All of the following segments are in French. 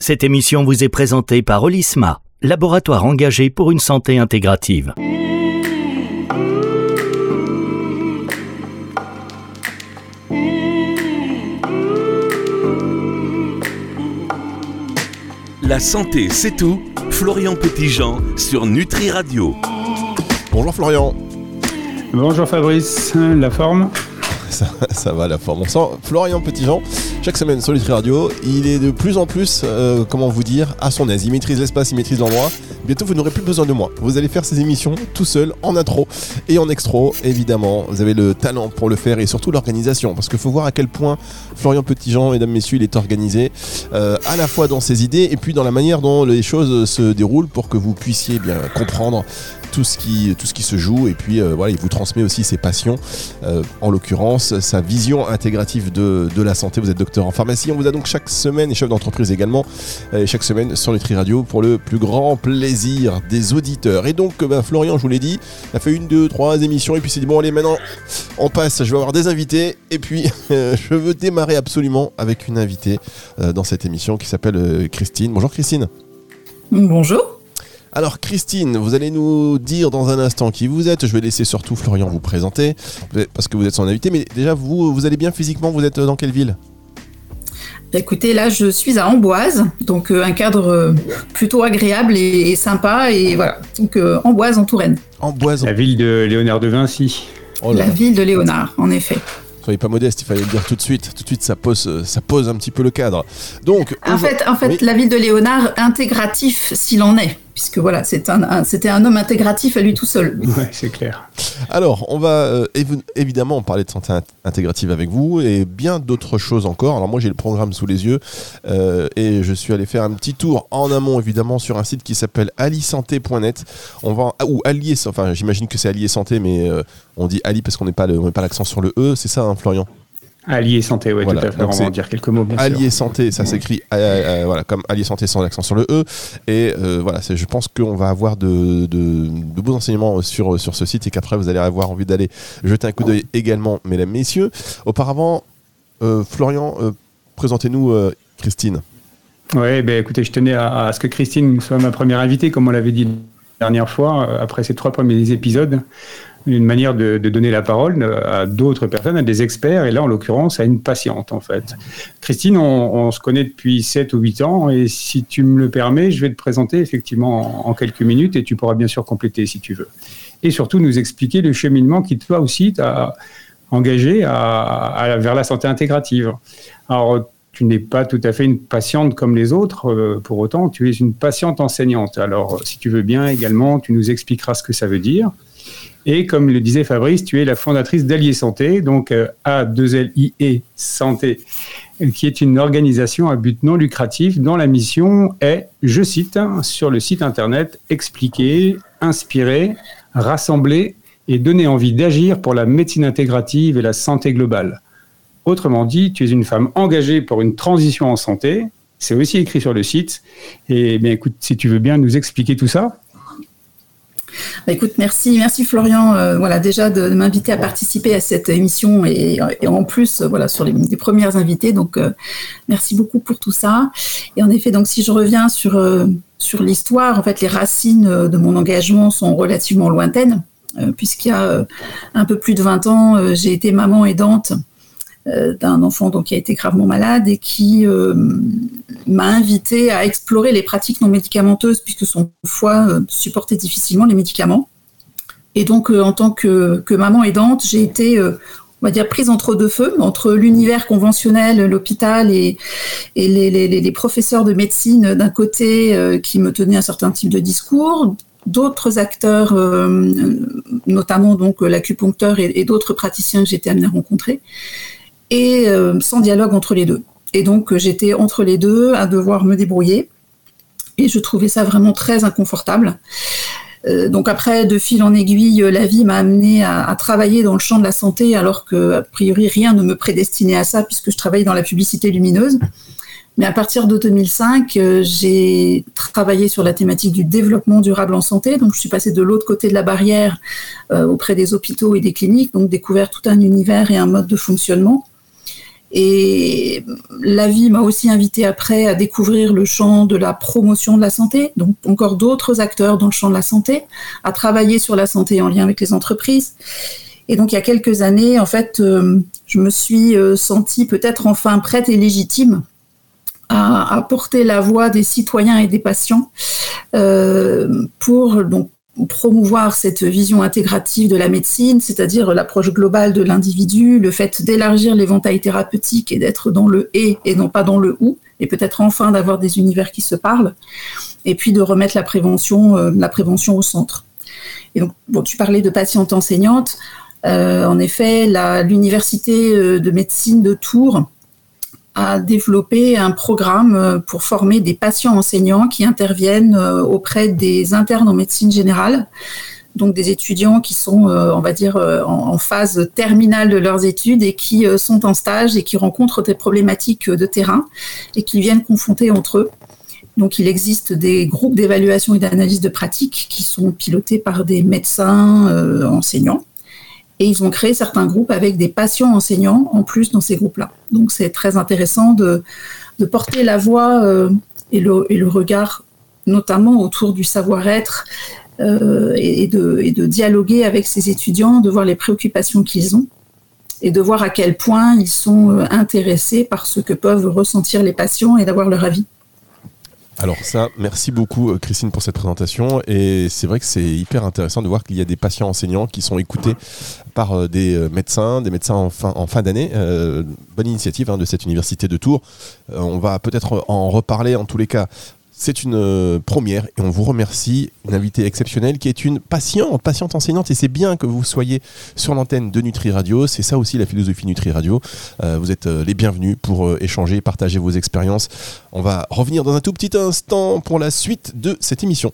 Cette émission vous est présentée par Olisma, laboratoire engagé pour une santé intégrative. La santé, c'est tout. Florian Petitjean sur Nutri Radio. Bonjour Florian. Bonjour Fabrice, la forme ? Ça va la forme. On sent Florian Petitjean, chaque semaine sur Nutri Radio, il est de plus en plus, à son aise. Il maîtrise l'espace, il maîtrise l'endroit. Bientôt vous n'aurez plus besoin de moi. Vous allez faire ces émissions tout seul, en intro et en extro, évidemment. Vous avez le talent pour le faire et surtout l'organisation. Parce qu'il faut voir à quel point Florian Petitjean, mesdames, messieurs, il est organisé, à la fois dans ses idées et puis dans la manière dont les choses se déroulent pour que vous puissiez bien comprendre tout ce qui se joue, et puis il vous transmet aussi ses passions, en l'occurrence sa vision intégrative de la santé. Vous êtes docteur en pharmacie, on vous a donc chaque semaine, et chef d'entreprise également, chaque semaine sur Nutri Radio pour le plus grand plaisir des auditeurs. Et donc Florian, je vous l'ai dit, il a fait 1, 2, 3 émissions et puis il s'est dit bon allez, maintenant on passe, je vais avoir des invités, et puis je veux démarrer absolument avec une invitée dans cette émission qui s'appelle Christine. Bonjour Christine. Bonjour. Alors Christine, vous allez nous dire dans un instant qui vous êtes. Je vais laisser surtout Florian vous présenter, parce que vous êtes son invité. Mais déjà, vous allez bien physiquement? Vous êtes dans quelle ville? Écoutez, là, je suis à Amboise, donc un cadre plutôt agréable et sympa. Et voilà, donc Amboise en Touraine. Amboise. La ville de Léonard de Vinci. Oh là. La ville de Léonard, en effet. Soyez pas modeste, il fallait le dire tout de suite. Tout de suite, ça pose un petit peu le cadre. Donc, en fait, oui. La ville de Léonard, intégratif s'il en est, puisque voilà, c'était un homme intégratif à lui tout seul. Ouais, c'est clair. Alors, on va évidemment parler de santé intégrative avec vous et bien d'autres choses encore. Alors moi, j'ai le programme sous les yeux et je suis allé faire un petit tour en amont, évidemment, sur un site qui s'appelle alisanté.net. J'imagine que c'est Allié Santé, mais on dit Ali parce qu'on met pas l'accent sur le E, c'est ça, hein, Florian? Allié Santé, oui, voilà. Tout à fait. On va en dire quelques mots, bien sûr. Allié Santé, ça s'écrit comme Allié Santé sans l'accent sur le E. Et je pense qu'on va avoir de beaux enseignements sur ce site et qu'après vous allez avoir envie d'aller jeter un coup d'œil également, mesdames, messieurs. Auparavant, Florian, présentez-nous Christine. Oui, écoutez, je tenais à ce que Christine soit ma première invitée, comme on l'avait dit la dernière fois, après ces 3 premiers épisodes. Une manière de donner la parole à d'autres personnes, à des experts, et là, en l'occurrence, à une patiente, en fait. Christine, on se connaît depuis 7 ou 8 ans, et si tu me le permets, je vais te présenter effectivement en quelques minutes, et tu pourras bien sûr compléter si tu veux. Et surtout, nous expliquer le cheminement qui, toi aussi, t'a engagé vers la santé intégrative. Alors, tu n'es pas tout à fait une patiente comme les autres, pour autant, tu es une patiente enseignante. Alors, si tu veux bien également, tu nous expliqueras ce que ça veut dire. Et comme le disait Fabrice, tu es la fondatrice d'Allié Santé, donc A2LIE Santé, qui est une organisation à but non lucratif dont la mission est, je cite, sur le site internet, expliquer, inspirer, rassembler et donner envie d'agir pour la médecine intégrative et la santé globale. Autrement dit, tu es une femme engagée pour une transition en santé. C'est aussi écrit sur le site. Et bien, écoute, si tu veux bien nous expliquer tout ça. Écoute, merci Florian, déjà de m'inviter à participer à cette émission et en plus sur les premières invitées, donc merci beaucoup pour tout ça. Et en effet, donc si je reviens sur l'histoire, en fait les racines de mon engagement sont relativement lointaines, puisqu'il y a un peu plus de 20 ans, j'ai été maman aidante d'un enfant donc, qui a été gravement malade et qui m'a invitée à explorer les pratiques non médicamenteuses puisque son foie supportait difficilement les médicaments. Et donc, en tant que maman aidante, j'ai été, prise entre deux feux, entre l'univers conventionnel, l'hôpital et les professeurs de médecine d'un côté qui me tenaient un certain type de discours, d'autres acteurs, notamment donc l'acupuncteur et d'autres praticiens que j'étais amenée à rencontrer, et sans dialogue entre les deux. Et donc, j'étais entre les deux à devoir me débrouiller. Et je trouvais ça vraiment très inconfortable. Donc après, de fil en aiguille, la vie m'a amenée à travailler dans le champ de la santé, alors qu'a priori, rien ne me prédestinait à ça, puisque je travaillais dans la publicité lumineuse. Mais à partir de 2005, j'ai travaillé sur la thématique du développement durable en santé. Donc, je suis passée de l'autre côté de la barrière auprès des hôpitaux et des cliniques, donc découvert tout un univers et un mode de fonctionnement. Et la vie m'a aussi invité après à découvrir le champ de la promotion de la santé, donc encore d'autres acteurs dans le champ de la santé, à travailler sur la santé en lien avec les entreprises. Et donc il y a quelques années, en fait, je me suis sentie peut-être enfin prête et légitime à porter la voix des citoyens et des patients pour donc promouvoir cette vision intégrative de la médecine, c'est-à-dire l'approche globale de l'individu, le fait d'élargir l'éventail thérapeutique et d'être dans le « et » et non pas dans le « ou », et peut-être enfin d'avoir des univers qui se parlent, et puis de remettre la prévention au centre. Et donc, bon, tu parlais de patiente enseignante. En effet, l'université de médecine de Tours a développé un programme pour former des patients enseignants qui interviennent auprès des internes en médecine générale, donc des étudiants qui sont, on va dire, en phase terminale de leurs études et qui sont en stage et qui rencontrent des problématiques de terrain et qui viennent confronter entre eux. Donc il existe des groupes d'évaluation et d'analyse de pratique qui sont pilotés par des médecins enseignants. Et ils ont créé certains groupes avec des patients enseignants en plus dans ces groupes-là. Donc c'est très intéressant de porter la voix et le regard, notamment autour du savoir-être et de dialoguer avec ces étudiants, de voir les préoccupations qu'ils ont et de voir à quel point ils sont intéressés par ce que peuvent ressentir les patients et d'avoir leur avis. Alors ça, merci beaucoup Christine pour cette présentation, et c'est vrai que c'est hyper intéressant de voir qu'il y a des patients enseignants qui sont écoutés par des médecins en fin d'année. Bonne initiative de cette université de Tours. On va peut-être en reparler en tous les cas. C'est une première et on vous remercie, une invitée exceptionnelle qui est une patiente enseignante, et c'est bien que vous soyez sur l'antenne de Nutri Radio. C'est ça aussi la philosophie Nutri Radio. Vous êtes les bienvenus pour échanger, partager vos expériences. On va revenir dans un tout petit instant pour la suite de cette émission.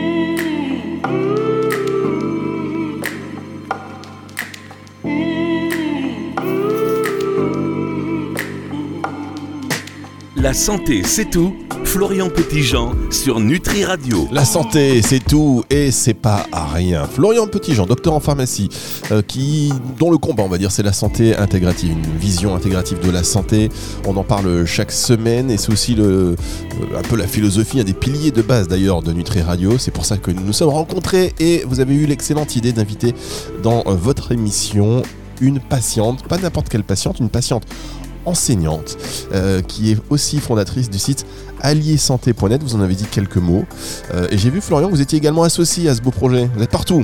La santé, c'est tout. Florian Petitjean sur Nutri Radio. La santé, c'est tout et c'est pas à rien. Florian Petitjean, docteur en pharmacie, dont le combat, on va dire, c'est la santé intégrative, une vision intégrative de la santé. On en parle chaque semaine et c'est aussi un peu la philosophie, un des piliers de base d'ailleurs de Nutri Radio. C'est pour ça que nous nous sommes rencontrés et vous avez eu l'excellente idée d'inviter dans votre émission une patiente, pas n'importe quelle patiente, une patiente enseignante qui est aussi fondatrice du site alliersanté.net. Vous en avez dit quelques mots et j'ai vu, Florian, que vous étiez également associé à ce beau projet. Vous êtes partout.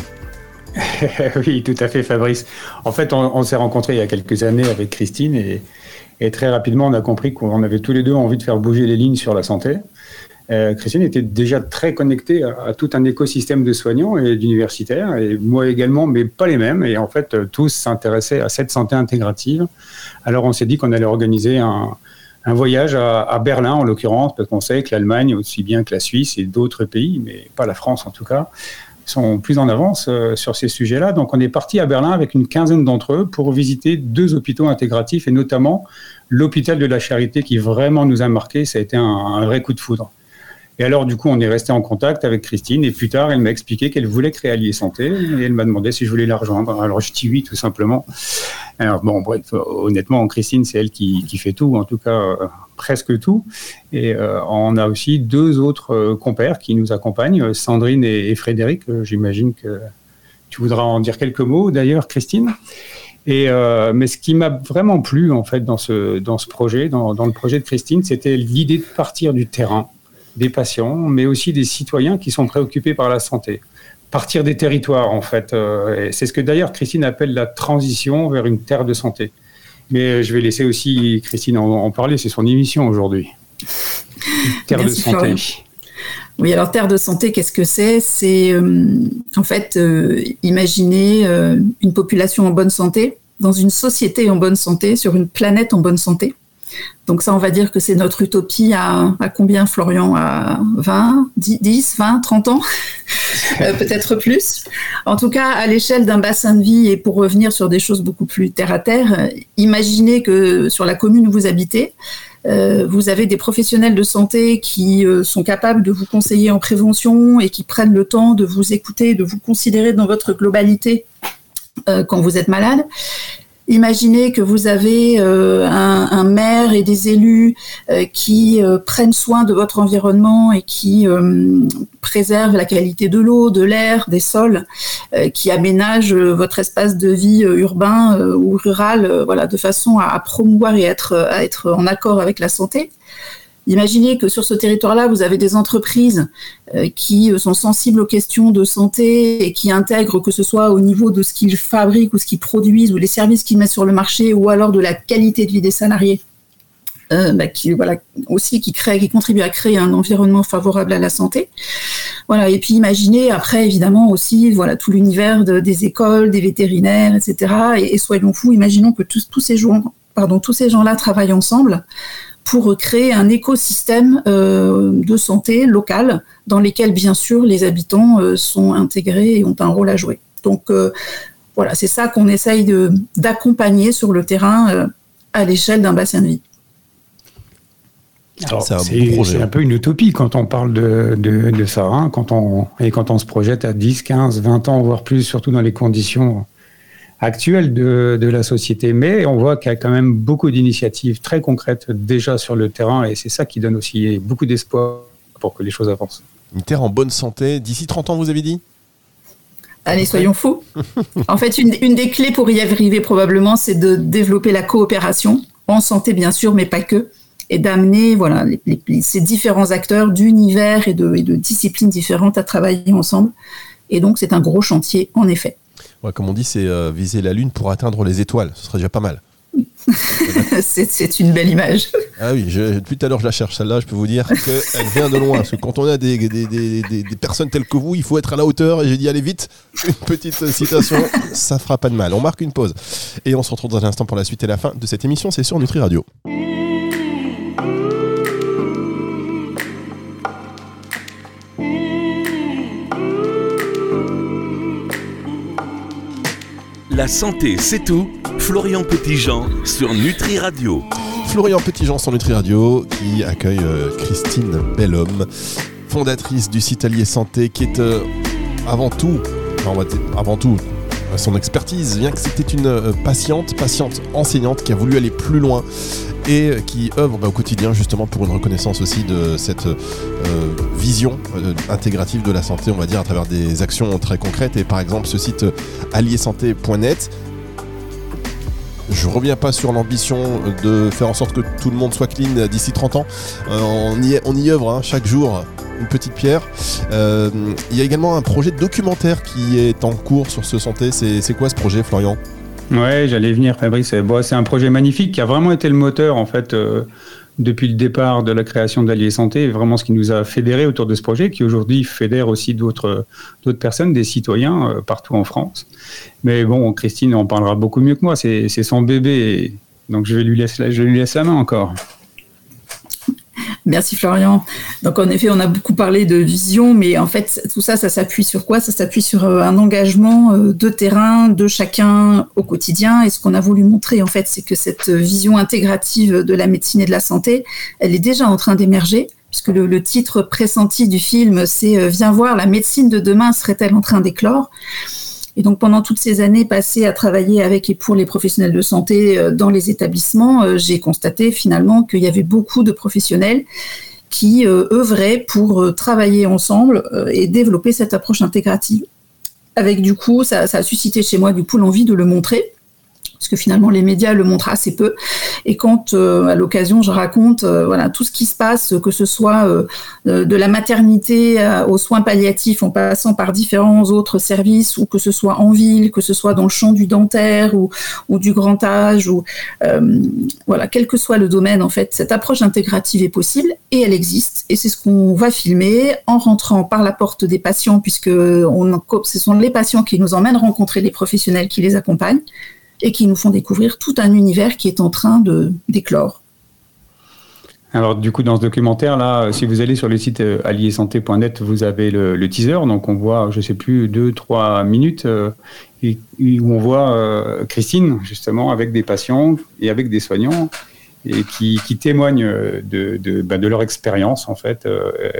Oui, tout à fait, Fabrice. En fait, on s'est rencontrés il y a quelques années avec Christine et très rapidement on a compris qu'on avait tous les deux envie de faire bouger les lignes sur la santé. Christine était déjà très connectée à tout un écosystème de soignants et d'universitaires, et moi également, mais pas les mêmes. Et en fait, tous s'intéressaient à cette santé intégrative. Alors, on s'est dit qu'on allait organiser un voyage à Berlin, en l'occurrence, parce qu'on sait que l'Allemagne, aussi bien que la Suisse et d'autres pays, mais pas la France en tout cas, sont plus en avance sur ces sujets-là. Donc, on est parti à Berlin avec une quinzaine d'entre eux pour visiter 2 hôpitaux intégratifs, et notamment l'hôpital de la Charité qui vraiment nous a marqué. Ça a été un vrai coup de foudre. Et alors, du coup, on est resté en contact avec Christine. Et plus tard, elle m'a expliqué qu'elle voulait créer Allier Santé. Et elle m'a demandé si je voulais la rejoindre. Alors, je dis oui, tout simplement. Alors, bon, bref, honnêtement, Christine, c'est elle qui fait tout, en tout cas, presque tout. Et on a aussi 2 autres compères qui nous accompagnent, Sandrine et Frédéric. J'imagine que tu voudras en dire quelques mots, d'ailleurs, Christine. Mais ce qui m'a vraiment plu, en fait, dans ce projet, dans le projet de Christine, c'était l'idée de partir du terrain, des patients, mais aussi des citoyens qui sont préoccupés par la santé. Partir des territoires, en fait. Et c'est ce que d'ailleurs Christine appelle la transition vers une terre de santé. Mais je vais laisser aussi Christine en parler, c'est son émission aujourd'hui. Terre de santé. Florian. Oui, alors terre de santé, qu'est-ce que c'est ? C'est en fait imaginer une population en bonne santé, dans une société en bonne santé, sur une planète en bonne santé. Donc ça, on va dire que c'est notre utopie à combien, Florian ? À 20, 10, 20, 30 ans peut-être plus. En tout cas, à l'échelle d'un bassin de vie, et pour revenir sur des choses beaucoup plus terre-à-terre, imaginez que sur la commune où vous habitez, vous avez des professionnels de santé qui sont capables de vous conseiller en prévention et qui prennent le temps de vous écouter, de vous considérer dans votre globalité quand vous êtes malade. Imaginez que vous avez un maire et des élus qui prennent soin de votre environnement et qui préservent la qualité de l'eau, de l'air, des sols, qui aménagent votre espace de vie urbain ou rural, voilà, de façon à promouvoir et à être en accord avec la santé. Imaginez que sur ce territoire-là, vous avez des entreprises qui sont sensibles aux questions de santé et qui intègrent, que ce soit au niveau de ce qu'ils fabriquent ou ce qu'ils produisent ou les services qu'ils mettent sur le marché ou alors de la qualité de vie des salariés, qui contribuent à créer un environnement favorable à la santé. Voilà. Et puis imaginez après, évidemment, aussi tout l'univers des écoles, des vétérinaires, etc. Et soyons fous, imaginons que tous ces gens-là travaillent ensemble pour créer un écosystème de santé local dans lesquels, bien sûr, les habitants sont intégrés et ont un rôle à jouer. Donc, c'est ça qu'on essaye d'accompagner sur le terrain à l'échelle d'un bassin de vie. Alors, c'est un peu une utopie quand on parle de ça, hein, quand on se projette à 10, 15, 20 ans, voire plus, surtout dans les conditions actuelle de la société, mais on voit qu'il y a quand même beaucoup d'initiatives très concrètes déjà sur le terrain et c'est ça qui donne aussi beaucoup d'espoir pour que les choses avancent. Une terre en bonne santé, d'ici 30 ans vous avez dit ? Allez, soyons fous. En fait, une des clés pour y arriver probablement, c'est de développer la coopération, en santé bien sûr, mais pas que, et d'amener ces différents acteurs d'univers et de disciplines différentes à travailler ensemble. Et donc c'est un gros chantier en effet. Ouais, comme on dit, c'est viser la Lune pour atteindre les étoiles. Ce serait déjà pas mal. c'est une belle image. Ah oui, depuis tout à l'heure, je la cherche. Celle-là, je peux vous dire qu'elle vient de loin. Parce que quand on a des personnes telles que vous, il faut être à la hauteur. Et j'ai dit, allez vite, une petite citation, ça fera pas de mal. On marque une pause. Et on se retrouve dans un instant pour la suite et la fin de cette émission. C'est sur Nutri Radio. La santé, c'est tout. Florian Petitjean sur Nutri Radio. Florian Petitjean sur Nutri Radio qui accueille Christine Bellhomme, fondatrice du site Allier Santé, qui est avant tout, son expertise vient que c'était une patiente enseignante qui a voulu aller plus loin et qui œuvre au quotidien justement pour une reconnaissance aussi de cette vision intégrative de la santé, on va dire, à travers des actions très concrètes. Et par exemple, ce site alliersanté.net, je reviens pas sur l'ambition de faire en sorte que tout le monde soit clean d'ici 30 ans. On y œuvre chaque jour une petite pierre. Il y a également un projet de documentaire qui est en cours sur ce santé. C'est quoi ce projet, Florian ? Ouais, j'allais venir, Fabrice. C'est un projet magnifique qui a vraiment été le moteur, en fait, depuis le départ de la création d'Allier Santé, vraiment ce qui nous a fédérés autour de ce projet, qui aujourd'hui fédère aussi d'autres personnes, des citoyens partout en France. Mais bon, Christine en parlera beaucoup mieux que moi, c'est son bébé, donc je lui laisse la main encore. Merci Florian. Donc en effet, on a beaucoup parlé de vision, mais en fait, tout ça s'appuie sur quoi ? Ça s'appuie sur un engagement de terrain de chacun au quotidien. Et ce qu'on a voulu montrer, en fait, c'est que cette vision intégrative de la médecine et de la santé, elle est déjà en train d'émerger, puisque le titre pressenti du film, c'est « Viens voir, la médecine de demain serait-elle en train d'éclore ?» Et donc, pendant toutes ces années passées à travailler avec et pour les professionnels de santé dans les établissements, j'ai constaté finalement qu'il y avait beaucoup de professionnels qui œuvraient pour travailler ensemble et développer cette approche intégrative. Avec du coup, ça a suscité chez moi du coup l'envie de le montrer, parce que finalement les médias le montrent assez peu. Et quand à l'occasion je raconte tout ce qui se passe, que ce soit de la maternité aux soins palliatifs en passant par différents autres services, ou que ce soit en ville, que ce soit dans le champ du dentaire ou du grand âge, ou quel que soit le domaine, en fait, cette approche intégrative est possible et elle existe. Et c'est ce qu'on va filmer en rentrant par la porte des patients, puisque ce sont les patients qui nous emmènent rencontrer les professionnels qui les accompagnent et qui nous font découvrir tout un univers qui est en train d'éclore. Alors du coup, dans ce documentaire-là, si vous allez sur le site alliersanté.net, vous avez le teaser, donc on voit, je ne sais plus, 2-3 minutes où on voit Christine, justement, avec des patients et avec des soignants, et qui témoignent de leur expérience, en fait,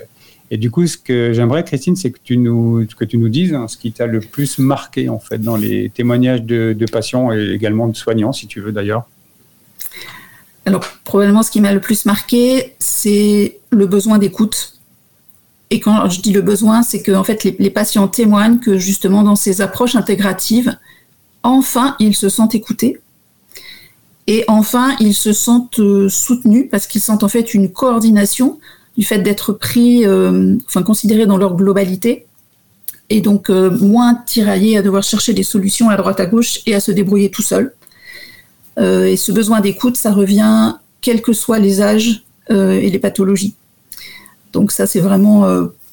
Et du coup, ce que j'aimerais, Christine, c'est que tu nous dises ce qui t'a le plus marqué, en fait, dans les témoignages de patients et également de soignants, si tu veux, d'ailleurs. Alors, probablement, ce qui m'a le plus marqué, c'est le besoin d'écoute. Et quand je dis le besoin, c'est que en fait, les patients témoignent que justement, dans ces approches intégratives, enfin, ils se sentent écoutés. Et enfin, ils se sentent soutenus parce qu'ils sentent en fait une coordination du fait d'être pris, considérés dans leur globalité. Et donc, moins tiraillés à devoir chercher des solutions à droite à gauche et à se débrouiller tout seul. Et ce besoin d'écoute, ça revient quels que soient les âges et les pathologies. Donc ça, c'est vraiment,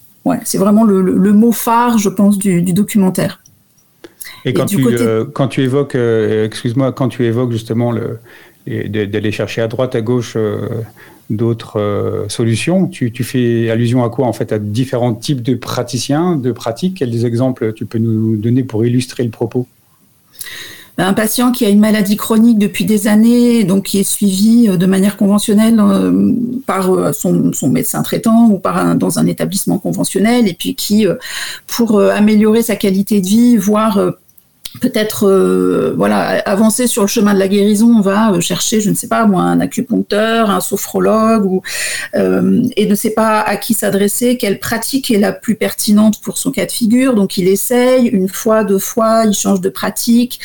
le mot phare, je pense, du documentaire. Et quand tu évoques justement d'aller chercher à droite, à gauche d'autres solutions, tu fais allusion à quoi, en fait, à différents types de praticiens, de pratiques? Quels exemples tu peux nous donner pour illustrer le propos? Un patient qui a une maladie chronique depuis des années, donc qui est suivi de manière conventionnelle par son médecin traitant ou dans un établissement conventionnel, et puis qui, pour améliorer sa qualité de vie, voire peut-être avancer sur le chemin de la guérison, on va chercher, je ne sais pas moi, un acupuncteur, un sophrologue, et ne sait pas à qui s'adresser, quelle pratique est la plus pertinente pour son cas de figure. Donc il essaye une fois, 2 fois, il change de pratique.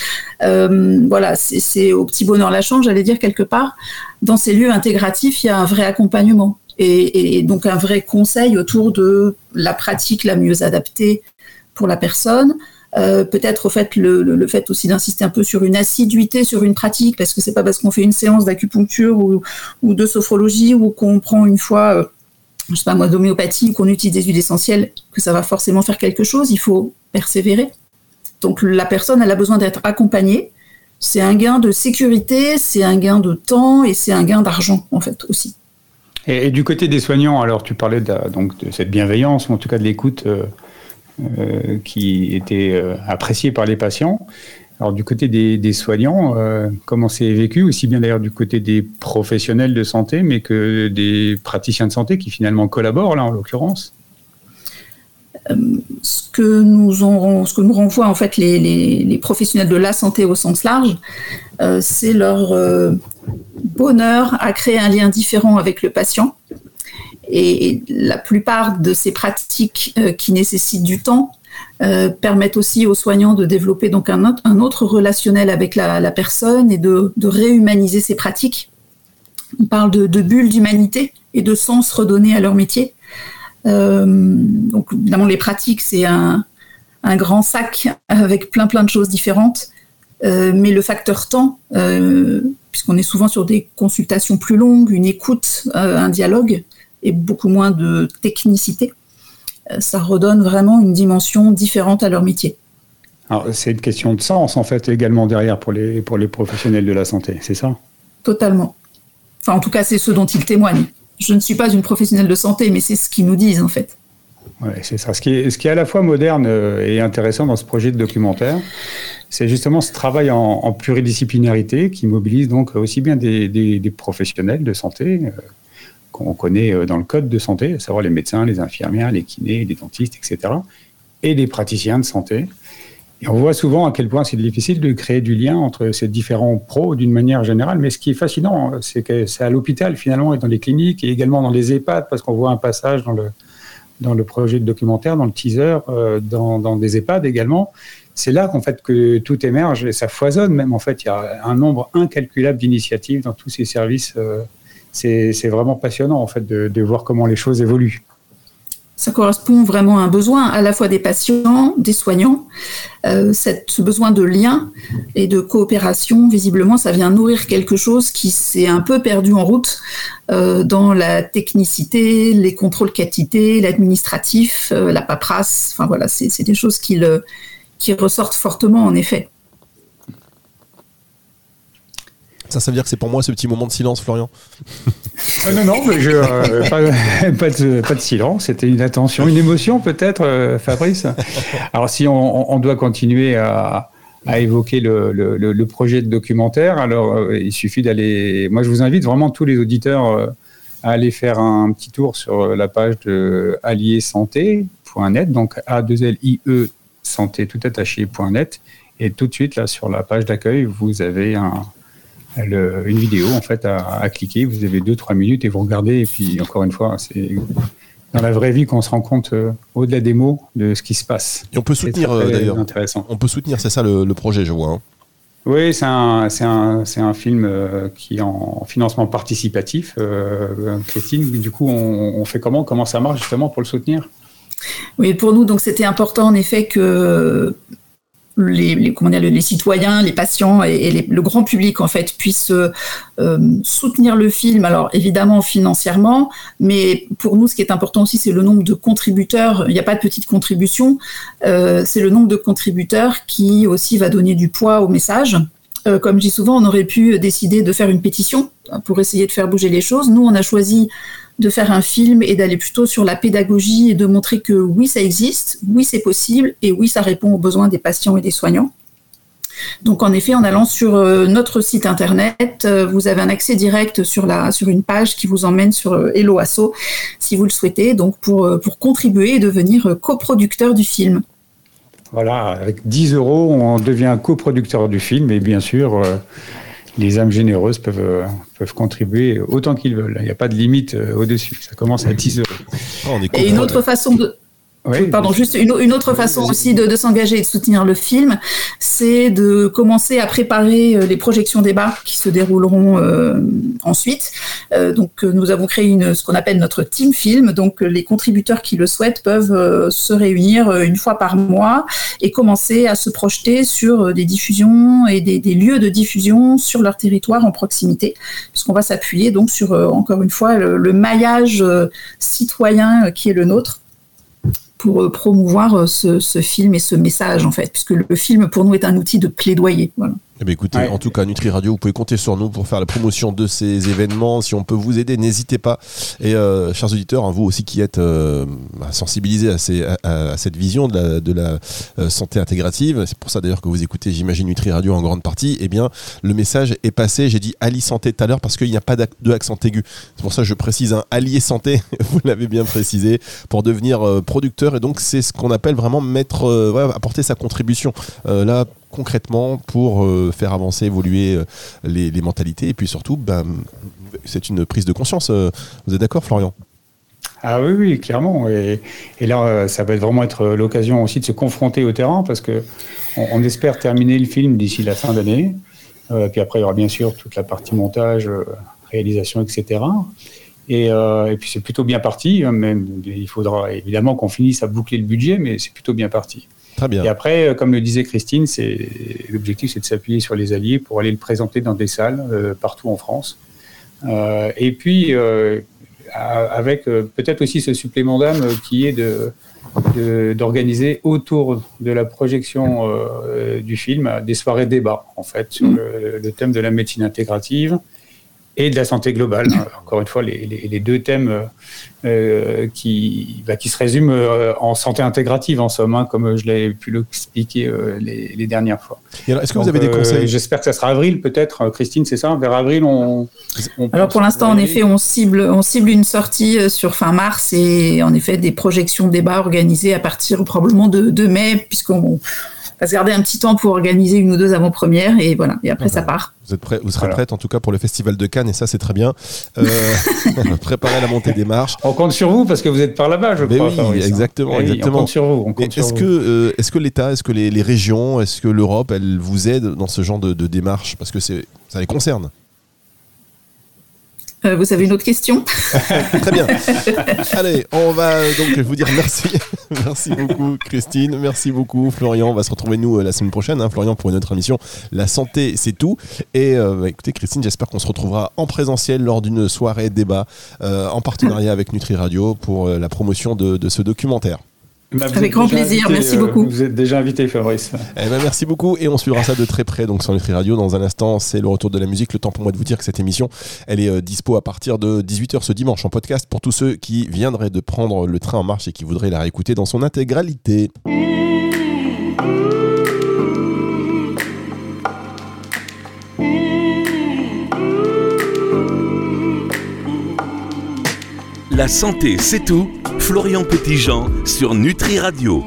C'est au petit bonheur la chance, j'allais dire, quelque part. Dans ces lieux intégratifs, il y a un vrai accompagnement et donc un vrai conseil autour de la pratique la mieux adaptée pour la personne. Peut-être au fait le fait aussi d'insister un peu sur une assiduité sur une pratique, parce que c'est pas parce qu'on fait une séance d'acupuncture ou de sophrologie ou qu'on prend une fois d'homéopathie ou qu'on utilise des huiles essentielles que ça va forcément faire quelque chose. Il faut persévérer. Donc la personne, elle a besoin d'être accompagnée. C'est un gain de sécurité, c'est un gain de temps et c'est un gain d'argent en fait aussi. Et du côté des soignants, alors tu parlais de cette bienveillance, ou en tout cas de l'écoute qui était apprécié par les patients. Alors du côté des soignants, comment c'est vécu, aussi bien d'ailleurs du côté des professionnels de santé, mais que des praticiens de santé qui finalement collaborent là en l'occurrence? Ce que nous renvoient en fait les professionnels de la santé au sens large, c'est leur bonheur à créer un lien différent avec le patient. Et la plupart de ces pratiques qui nécessitent du temps permettent aussi aux soignants de développer donc un autre relationnel avec la personne et de réhumaniser ces pratiques. On parle de bulles d'humanité et de sens redonné à leur métier. Donc évidemment les pratiques, c'est un grand sac avec plein de choses différentes, mais le facteur temps, puisqu'on est souvent sur des consultations plus longues, une écoute, un dialogue, et beaucoup moins de technicité, ça redonne vraiment une dimension différente à leur métier. Alors, c'est une question de sens, en fait, également derrière pour les professionnels de la santé, c'est ça? Totalement. Enfin, en tout cas, c'est ce dont ils témoignent. Je ne suis pas une professionnelle de santé, mais c'est ce qu'ils nous disent, en fait. Oui, c'est ça. Ce qui est à la fois moderne et intéressant dans ce projet de documentaire, c'est justement ce travail en pluridisciplinarité qui mobilise donc aussi bien des professionnels de santé, qu'on connaît dans le code de santé, à savoir les médecins, les infirmières, les kinés, les dentistes, etc., et des praticiens de santé. Et on voit souvent à quel point c'est difficile de créer du lien entre ces différents pros d'une manière générale, mais ce qui est fascinant, c'est que c'est à l'hôpital finalement et dans les cliniques et également dans les EHPAD, parce qu'on voit un passage dans le projet de documentaire, dans le teaser, dans des EHPAD également. C'est là qu'en fait que tout émerge et ça foisonne même. En fait, il y a un nombre incalculable d'initiatives dans tous ces services. C'est vraiment passionnant en fait de voir comment les choses évoluent. Ça correspond vraiment à un besoin à la fois des patients, des soignants. Ce besoin de lien et de coopération, visiblement, ça vient nourrir quelque chose qui s'est un peu perdu en route dans la technicité, les contrôles qualité, l'administratif, la paperasse. Enfin voilà, c'est des choses qui ressortent fortement en effet. Ça veut dire que c'est pour moi ce petit moment de silence, Florian. Non, mais pas de silence. C'était une attention, une émotion peut-être, Fabrice. Alors si on doit continuer à évoquer le projet de documentaire, alors il suffit d'aller. Moi, je vous invite vraiment tous les auditeurs à aller faire un petit tour sur la page de alliésanté.net, donc A2LIE santé tout attaché.net, et tout de suite là sur la page d'accueil, vous avez une vidéo en fait à cliquer. Vous avez 2-3 minutes et vous regardez. Et puis encore une fois, c'est dans la vraie vie qu'on se rend compte au-delà des mots de ce qui se passe. Et on peut soutenir d'ailleurs. Intéressant. On peut soutenir, c'est ça le projet, je vois. Hein. Oui, c'est un film qui est en financement participatif. Christine, du coup, on fait comment ça marche justement pour le soutenir? Oui, pour nous, donc c'était important en effet que les citoyens, les patients et le grand public en fait puissent soutenir le film. Alors évidemment financièrement, mais pour nous, ce qui est important aussi, c'est le nombre de contributeurs. Il n'y a pas de petite contribution. C'est le nombre de contributeurs qui aussi va donner du poids au message. Comme je dis souvent, on aurait pu décider de faire une pétition pour essayer de faire bouger les choses. Nous, on a choisi de faire un film et d'aller plutôt sur la pédagogie et de montrer que oui, ça existe, oui, c'est possible, et oui, ça répond aux besoins des patients et des soignants. Donc, en effet, en allant sur notre site internet, vous avez un accès direct sur une page qui vous emmène sur Hello Asso, si vous le souhaitez, donc pour contribuer et devenir coproducteur du film. Voilà, avec 10 €, on devient coproducteur du film, et bien sûr, les âmes généreuses peuvent contribuer autant qu'ils veulent. Il n'y a pas de limite au-dessus. Ça commence à 10 €. Et une autre façon de... Oui, pardon, juste une autre façon aussi de s'engager et de soutenir le film, c'est de commencer à préparer les projections débats qui se dérouleront ensuite. Donc, nous avons créé ce qu'on appelle notre team film. Donc, les contributeurs qui le souhaitent peuvent se réunir une fois par mois et commencer à se projeter sur des diffusions et des lieux de diffusion sur leur territoire en proximité, puisqu'on va s'appuyer donc sur, encore une fois, le maillage citoyen qui est le nôtre, pour promouvoir ce film et ce message, en fait, puisque le film, pour nous, est un outil de plaidoyer. Voilà. Eh bien, écoutez, en tout cas, Nutri Radio, vous pouvez compter sur nous pour faire la promotion de ces événements. Si on peut vous aider, n'hésitez pas. Et chers auditeurs, hein, vous aussi qui êtes sensibilisés à cette vision de la santé intégrative, c'est pour ça d'ailleurs que vous écoutez, j'imagine, Nutri Radio en grande partie, eh bien, le message est passé. J'ai dit Ali Santé tout à l'heure parce qu'il n'y a pas de accent aigu. C'est pour ça que je précise un Allié Santé, vous l'avez bien précisé, pour devenir producteur. Et donc, c'est ce qu'on appelle vraiment apporter sa contribution. Là, concrètement, pour faire avancer, évoluer les mentalités, et puis surtout, c'est une prise de conscience. Vous êtes d'accord, Florian ? Ah oui, clairement. Et là, ça va vraiment être l'occasion aussi de se confronter au terrain, parce que on espère terminer le film d'ici la fin d'année. Puis après, il y aura bien sûr toute la partie montage, réalisation, etc. Et puis c'est plutôt bien parti. Même, il faudra évidemment qu'on finisse à boucler le budget, mais c'est plutôt bien parti. Très bien. Et après, comme le disait Christine, l'objectif, c'est de s'appuyer sur les alliés pour aller le présenter dans des salles partout en France. Et puis, avec peut-être aussi ce supplément d'âme qui est d'organiser autour de la projection du film des soirées débats, en fait, sur le thème de la médecine intégrative et de la santé globale. Encore une fois, les deux thèmes qui se résument en santé intégrative, en somme, comme je l'avais pu l'expliquer les dernières fois. Et alors, est-ce que vous avez des conseils ? J'espère que ça sera avril, peut-être. Christine, c'est ça ? Vers avril, Alors, pour l'instant, en effet, on cible une sortie sur fin mars et en effet, des projections débats organisées à partir probablement de mai, puisqu'on va se garder un petit temps pour organiser une ou deux avant-premières et voilà. Et après, ça part. Vous serez prête en tout cas pour le Festival de Cannes et ça, c'est très bien. Préparez la montée des marches. On compte sur vous parce que vous êtes par là-bas, je crois. Oui, exactement. On compte sur vous. Est-ce que l'État, est-ce que les régions, est-ce que l'Europe, elles vous aident dans ce genre de démarche ? Parce que ça les concerne. Vous avez une autre question ? Très bien. Allez, on va donc vous dire merci. Merci beaucoup, Christine. Merci beaucoup, Florian. On va se retrouver, nous, la semaine prochaine, hein, Florian, pour une autre émission. La santé, c'est tout. Et écoutez, Christine, j'espère qu'on se retrouvera en présentiel lors d'une soirée débat en partenariat avec Nutri Radio pour la promotion de ce documentaire. Avec grand plaisir, merci beaucoup. Vous êtes déjà invité, Fabrice. Merci beaucoup et on suivra ça de très près donc sur Nutri Radio. Dans un instant, c'est le retour de la musique. Le temps pour moi de vous dire que cette émission, elle est dispo à partir de 18h ce dimanche en podcast pour tous ceux qui viendraient de prendre le train en marche et qui voudraient la réécouter dans son intégralité. La santé, c'est tout. Florian Petitjean sur Nutri Radio.